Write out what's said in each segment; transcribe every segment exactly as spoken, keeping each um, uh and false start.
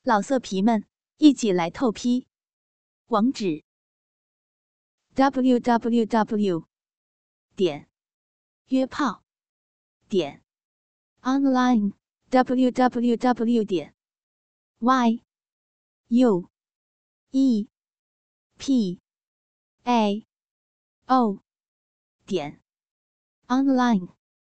老色皮们，一起来透批！网址 ：double u double u double u 点约炮点 online double u double u double u 点 y u e p a o 点 online。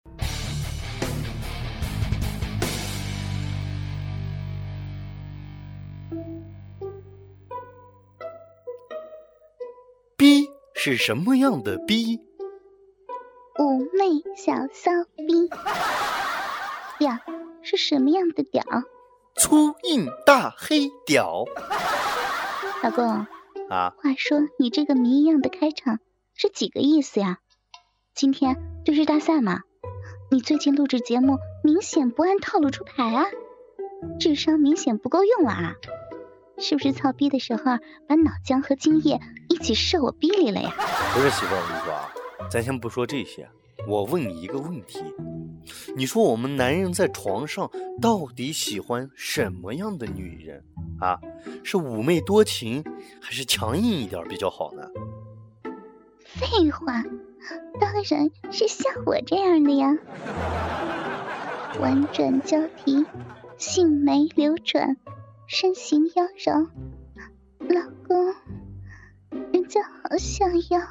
逼是什么样的逼？ 妩媚小骚逼。屌是什么样的屌？ 粗硬大黑屌。 老公啊， 话说你这个谜一样的开场是几个意思呀？今天对视大赛嘛，你最近录制节目明显不按套路出牌啊，智商明显不够用了啊，是不是操逼的时候把脑浆和精液一起射我逼里了呀？ 不是媳妇儿，我跟你说啊，咱先不说这些，我问你一个问题，你说我们男人在床上到底喜欢什么样的女人啊？是妩媚多情还是强硬一点比较好呢？ 废话，当然是像我这样的呀，婉转交替，杏眉流转，身形妖娆，老公，人家好想要，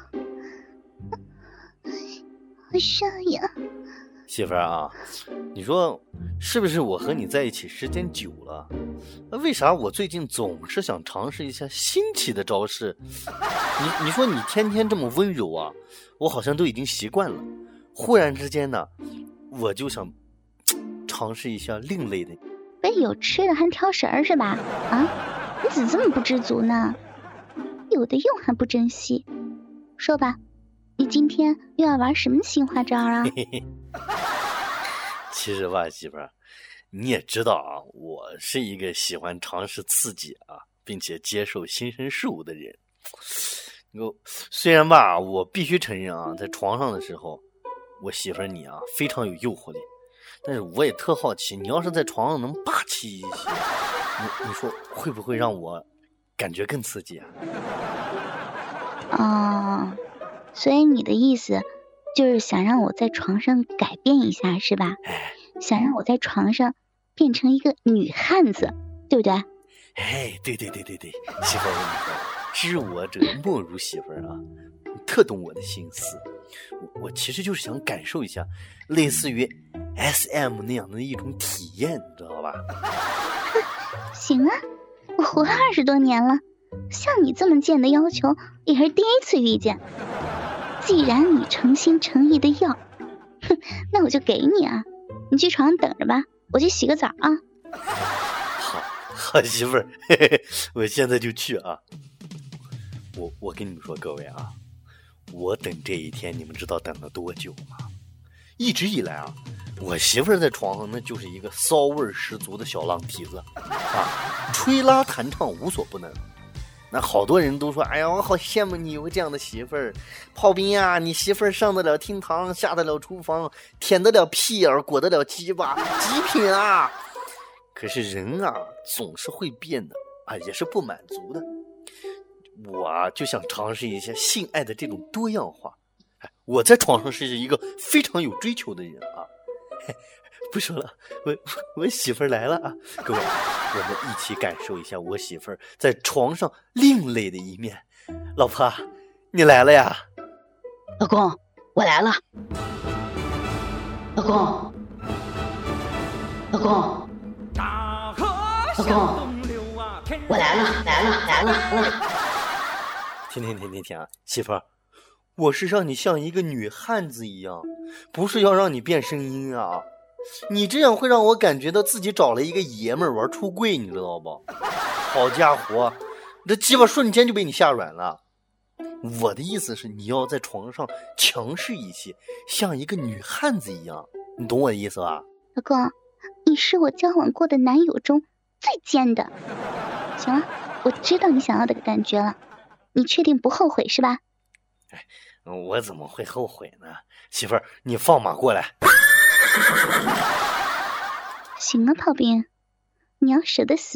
好想要。 媳妇儿啊，你说是不是我和你在一起时间久了，为啥我最近总是想尝试一下新奇的招式？你你说你天天这么温柔啊，我好像都已经习惯了，忽然之间呢，我就想尝试一下另类的。 不是有吃的还挑食儿是吧？啊，你怎么这么不知足呢？有的用还不珍惜，说吧，你今天又要玩什么新花招啊？ 嘿嘿嘿，其实吧，媳妇儿，你也知道啊，我是一个喜欢尝试刺激啊，并且接受新生事物的人。我虽然吧，我必须承认啊，在床上的时候，我媳妇儿你啊非常有诱惑力，但是我也特好奇，你要是在床上能霸气一些，你你说会不会让我感觉更刺激啊？ 哦，所以你的意思就是想让我在床上改变一下是吧？想让我在床上变成一个女汉子，对不对？ 哎，对对对对对，媳妇儿，我跟你说，知我者莫如媳妇儿啊，你特懂我的心思。我我其实就是想感受一下类似于 S M 那样的一种体验，你知道吧？ 行啊，我活了二十多年了，像你这么贱的要求也是第一次遇见。既然你诚心诚意的要，哼，那我就给你啊！你去床上等着吧，我去洗个澡啊。 好，好媳妇儿，嘿嘿，我现在就去啊。我我跟你们说，各位啊，我等这一天，你们知道等了多久吗？一直以来啊，我媳妇儿在床上那就是一个骚味十足的小浪蹄子啊，吹拉弹唱无所不能。那好多人都说，哎呀，我好羡慕你有个这样的媳妇儿。炮兵啊，你媳妇儿上得了厅堂，下得了厨房，舔得了屁眼，裹得了鸡巴，极品啊！可是人啊，总是会变的啊，也是不满足的。我啊，就想尝试一下性爱的这种多样化。哎，我在床上是一个非常有追求的人啊。嘿，不说了，我我媳妇儿来了啊！各位，我们一起感受一下我媳妇儿在床上另类的一面。老婆，你来了呀！ 老公，我来了。老公，老公，老公，我来了，来了，来了，来了。 停停停停停啊，媳妇儿，我是让你像一个女汉子一样，不是要让你变声音啊！你这样会让我感觉到自己找了一个爷们儿玩出柜，你知道不？好家伙，这鸡巴瞬间就被你吓软了。我的意思是，你要在床上强势一些，像一个女汉子一样，你懂我的意思吧？ 老公，你是我交往过的男友中最贱的。行了，我知道你想要的感觉了，你确定不后悔是吧？ 哎，我怎么会后悔呢？媳妇儿，你放马过来。 行啊，炮兵，你要舍得死，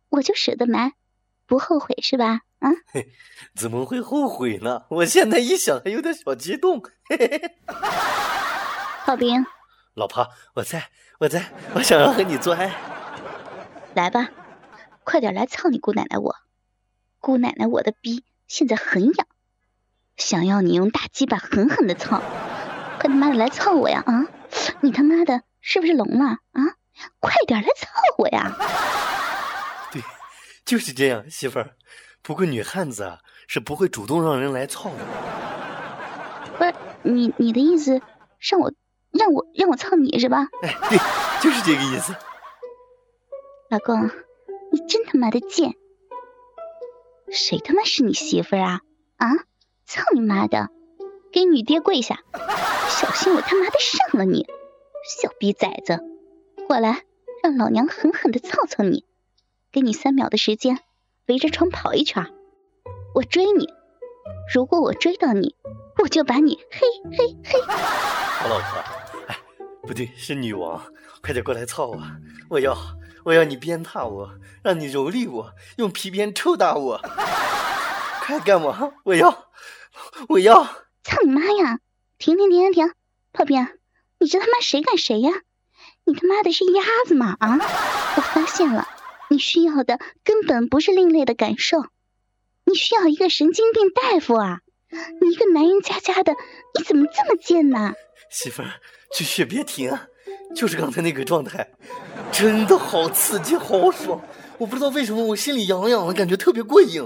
我就舍得埋，不后悔是吧？啊？ 怎么会后悔呢？我现在一想还有点小激动。嘿嘿嘿。 炮兵， 老婆，我在，我在，我想要和你做爱。 来吧，快点来操你姑奶奶我！姑奶奶我的逼现在很痒，想要你用大鸡巴狠狠的操，快他妈的来操我呀！啊，你他妈的是不是聋了啊？快点来操我呀！ 对，就是这样，媳妇儿。不过女汉子啊，是不会主动让人来操的。 不是你，你的意思让我让我让我操你是吧？ 哎，对，就是这个意思。 老公，你真他妈的贱！谁他妈是你媳妇儿啊？啊！操你妈的！给女爹跪下！小心我他妈的上了你，小逼崽子！过来，让老娘狠狠的操操你！给你三秒的时间，围着床跑一圈。我追你，如果我追到你，我就把你嘿嘿嘿！ 好老婆，哎，不对，是女王，快点过来操我！我要，我要你鞭挞我，让你蹂躏我，用皮鞭抽打我！快干我！我要，我要！ 操你妈呀！停停停停停！炮兵，你这他妈谁干谁呀？你他妈的是鸭子吗？啊！我发现了，你需要的根本不是另类的感受，你需要一个神经病大夫啊！你一个男人家家的，你怎么这么贱呢？ 媳妇儿，继续别停啊！就是刚才那个状态，真的好刺激，好爽！我不知道为什么我心里痒痒的，感觉特别过瘾。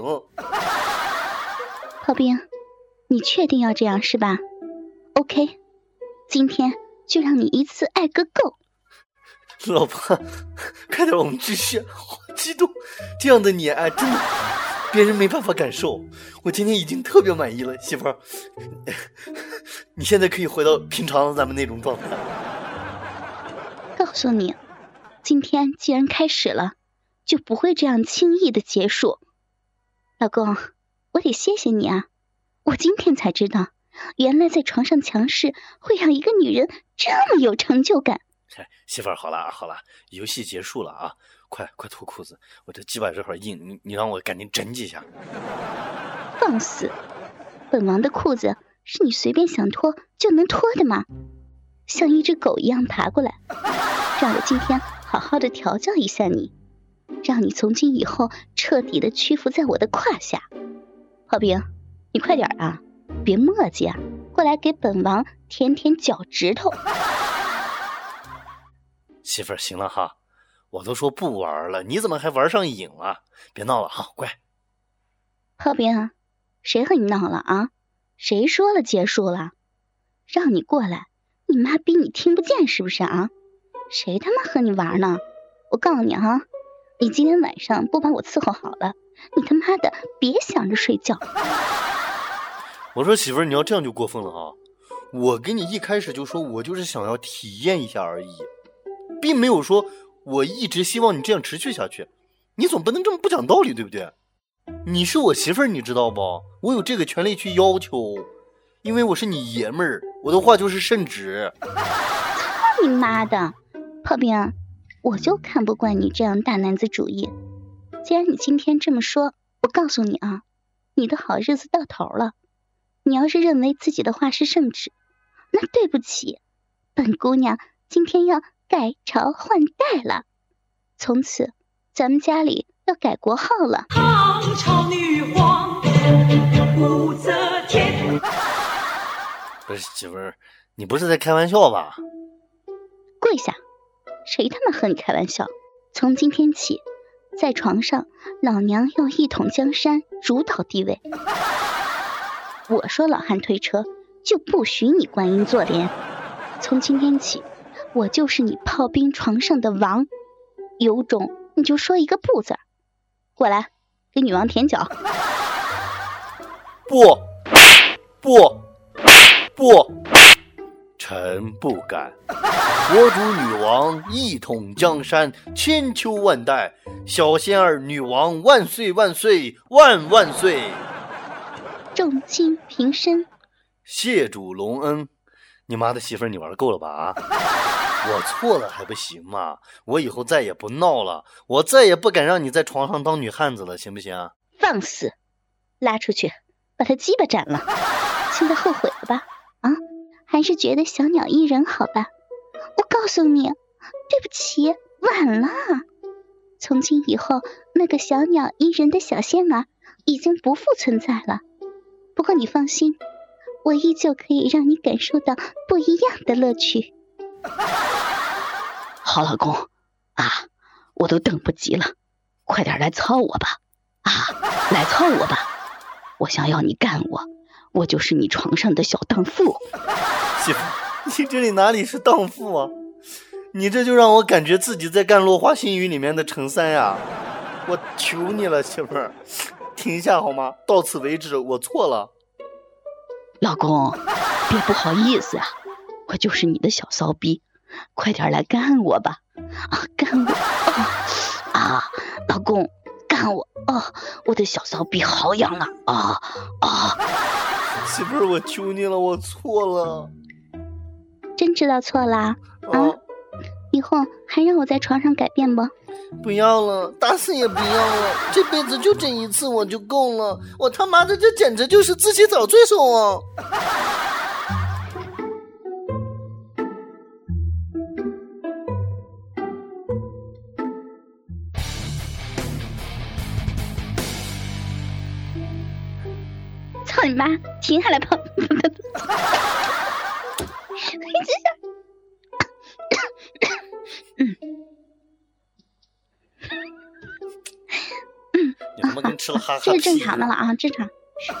炮兵，你确定要这样是吧 ？OK， 今天就让你一次爱个够。 老婆，快点，我们继续，好激动！这样的溺爱真的别人没办法感受。我今天已经特别满意了，媳妇儿，你现在可以回到平常咱们那种状态。 告诉你，今天既然开始了，就不会这样轻易的结束。老公，我得谢谢你啊！我今天才知道，原来在床上强势会让一个女人这么有成就感。 媳妇儿，好了好了，游戏结束了啊！快快脱裤子，我这鸡巴这会儿硬，你你让我赶紧整几下。 放肆！本王的裤子是你随便想脱就能脱的吗？像一只狗一样爬过来，让我今天好好的调教一下你，让你从今以后彻底的屈服在我的胯下。炮兵，你快点啊，别磨叽啊，过来给本王舔舔脚趾头。 媳妇儿，行了哈，我都说不玩了，你怎么还玩上瘾了？别闹了哈，乖。 炮兵，谁和你闹了啊？谁说了结束了？让你过来，你妈逼你听不见是不是啊？谁他妈和你玩呢？我告诉你哈，你今天晚上不把我伺候好了，你他妈的别想着睡觉。 我说媳妇儿，你要这样就过分了啊！我跟你一开始就说，我就是想要体验一下而已。并没有说我一直希望你这样持续下去，你总不能这么不讲道理，对不对？你是我媳妇儿，你知道不？我有这个权利去要求，因为我是你爷们儿，我的话就是圣旨。 操你妈的，炮兵，我就看不惯你这样大男子主义。既然你今天这么说，我告诉你啊，你的好日子到头了。你要是认为自己的话是圣旨，那对不起，本姑娘今天要改朝换代了，从此咱们家里要改国号了。 唐朝女皇武则天。 不是媳妇儿，你不是在开玩笑吧？ 跪下！谁他妈和你开玩笑？从今天起，在床上老娘要一统江山，主导地位。我说老汉推车，就不许你观音坐莲。从今天起，我就是你炮兵床上的王，有种你就说一个不字。过来，给女王舔脚。 不，不，不，臣不敢。国主女王一统江山，千秋万代，小仙儿女王万岁万岁万万岁！ 众卿平身。 谢主隆恩。你妈的媳妇儿，你玩够了吧啊！ 我错了还不行吗？我以后再也不闹了，我再也不敢让你在床上当女汉子了，行不行？ 放肆！拉出去，把他鸡巴斩了！现在后悔了吧？啊，还是觉得小鸟依人好吧？我告诉你，对不起，晚了。从今以后，那个小鸟依人的小仙儿已经不复存在了。不过你放心，我依旧可以让你感受到不一样的乐趣。 好老公啊，我都等不及了，快点来操我吧！啊，来操我吧！我想要你干我，我就是你床上的小荡妇。 媳妇，你这里哪里是荡妇啊？你这就让我感觉自己在干《落花心语》里面的陈三呀！我求你了，媳妇儿，停下好吗？到此为止，我错了。 老公，别不好意思啊，我就是你的小骚逼，快点来干我吧！啊，干我！哦、啊，老公，干我！哦，我的小骚逼好痒啊！啊啊！ 媳妇儿，我求你了，我错了。 真知道错啦？啊！ 啊以后还让我在床上改变不？ 不要了，打死也不要了，这辈子就这一次我就够了。我他妈的这简直就是自己找罪受啊！ 操你妈！停下来跑！ 你他妈跟吃了哈哈屁！ 这是正常的了啊，正常。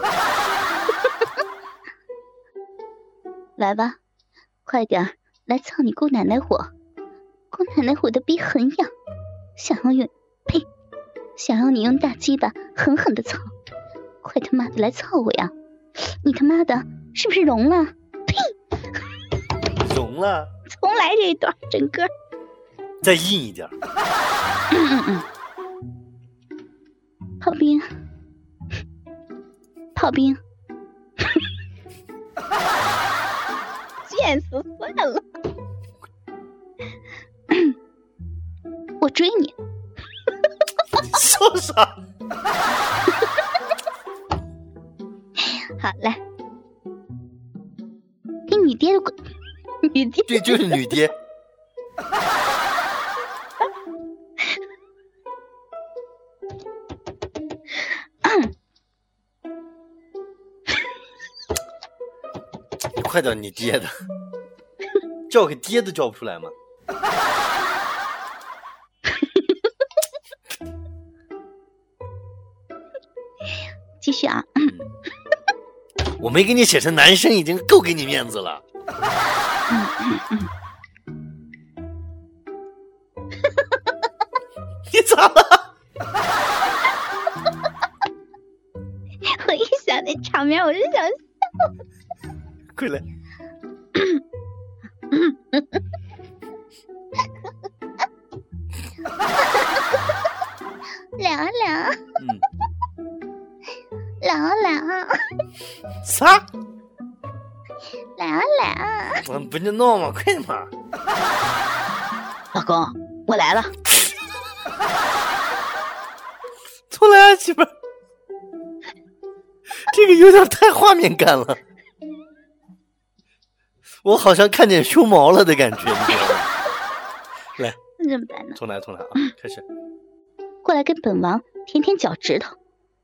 来吧，快点来操你姑奶奶火！姑奶奶火的逼很痒，想要用呸，想要你用大鸡巴狠狠的操！快他妈的来操我呀！你他妈的是不是聋了？呸！ 聋了？ 重来这一段，整个再硬一点。 嗯嗯嗯。炮兵，炮兵，贱死算了！我追你， 笑啥？ 好来，给女爹的滚，女爹， 对，就是女爹。快点，你爹的，叫个爹都叫不出来吗？ 继续啊！ 我没给你写成男生，已经够给你面子了。 嗯嗯嗯。 你咋了？ 我一想那场面，我就想笑。 快来！ 凉凉， 嗯， 凉凉， 啥？ 凉凉， 我不就闹吗？快点嘛！ 老公，我来了。 重来啊，媳妇儿，这个有点太画面感了。我好像看见胸毛了的感觉，你知道吗？来， 那怎么办呢？ 重来，重来啊！开始。 过来跟本王舔舔脚趾头。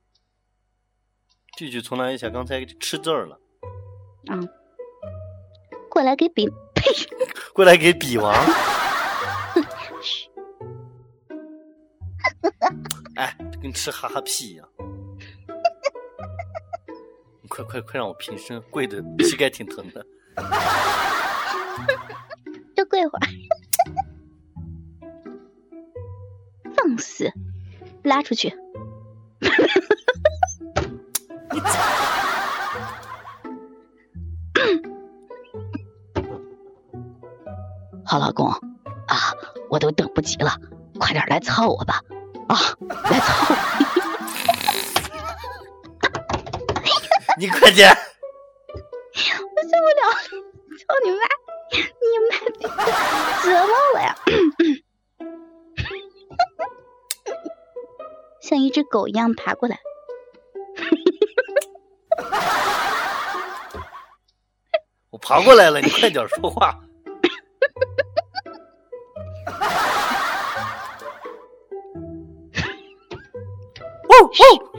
继续重来一下，刚才吃字儿了。 嗯。过来给比呸！ 过来给比王。哎，跟吃哈哈屁一样。你快快快让我平身，跪的膝盖挺疼的。 多跪会儿。放肆！拉出去！ 好老公啊，我都等不及了，快点来操我吧！啊，来操我！ 你快点！ 我受不了了！操你妈！你妈逼！ 只狗一样爬过来。 我爬过来了，你快点说话。哦哦，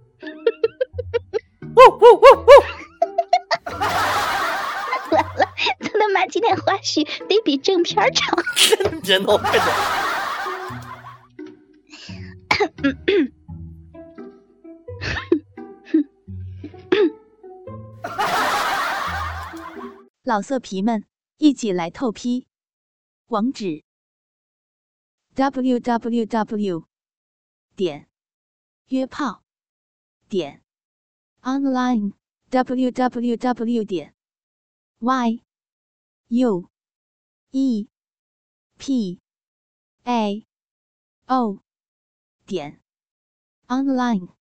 哦哦哦哦！ 完了，他的马今天花絮得比正片长。 剪刀快点。 老色皮们，一起来透批！网址 ：double-u double-u double-u 点约炮点 online double-u double-u double-u 点 y u e p a o 点 online。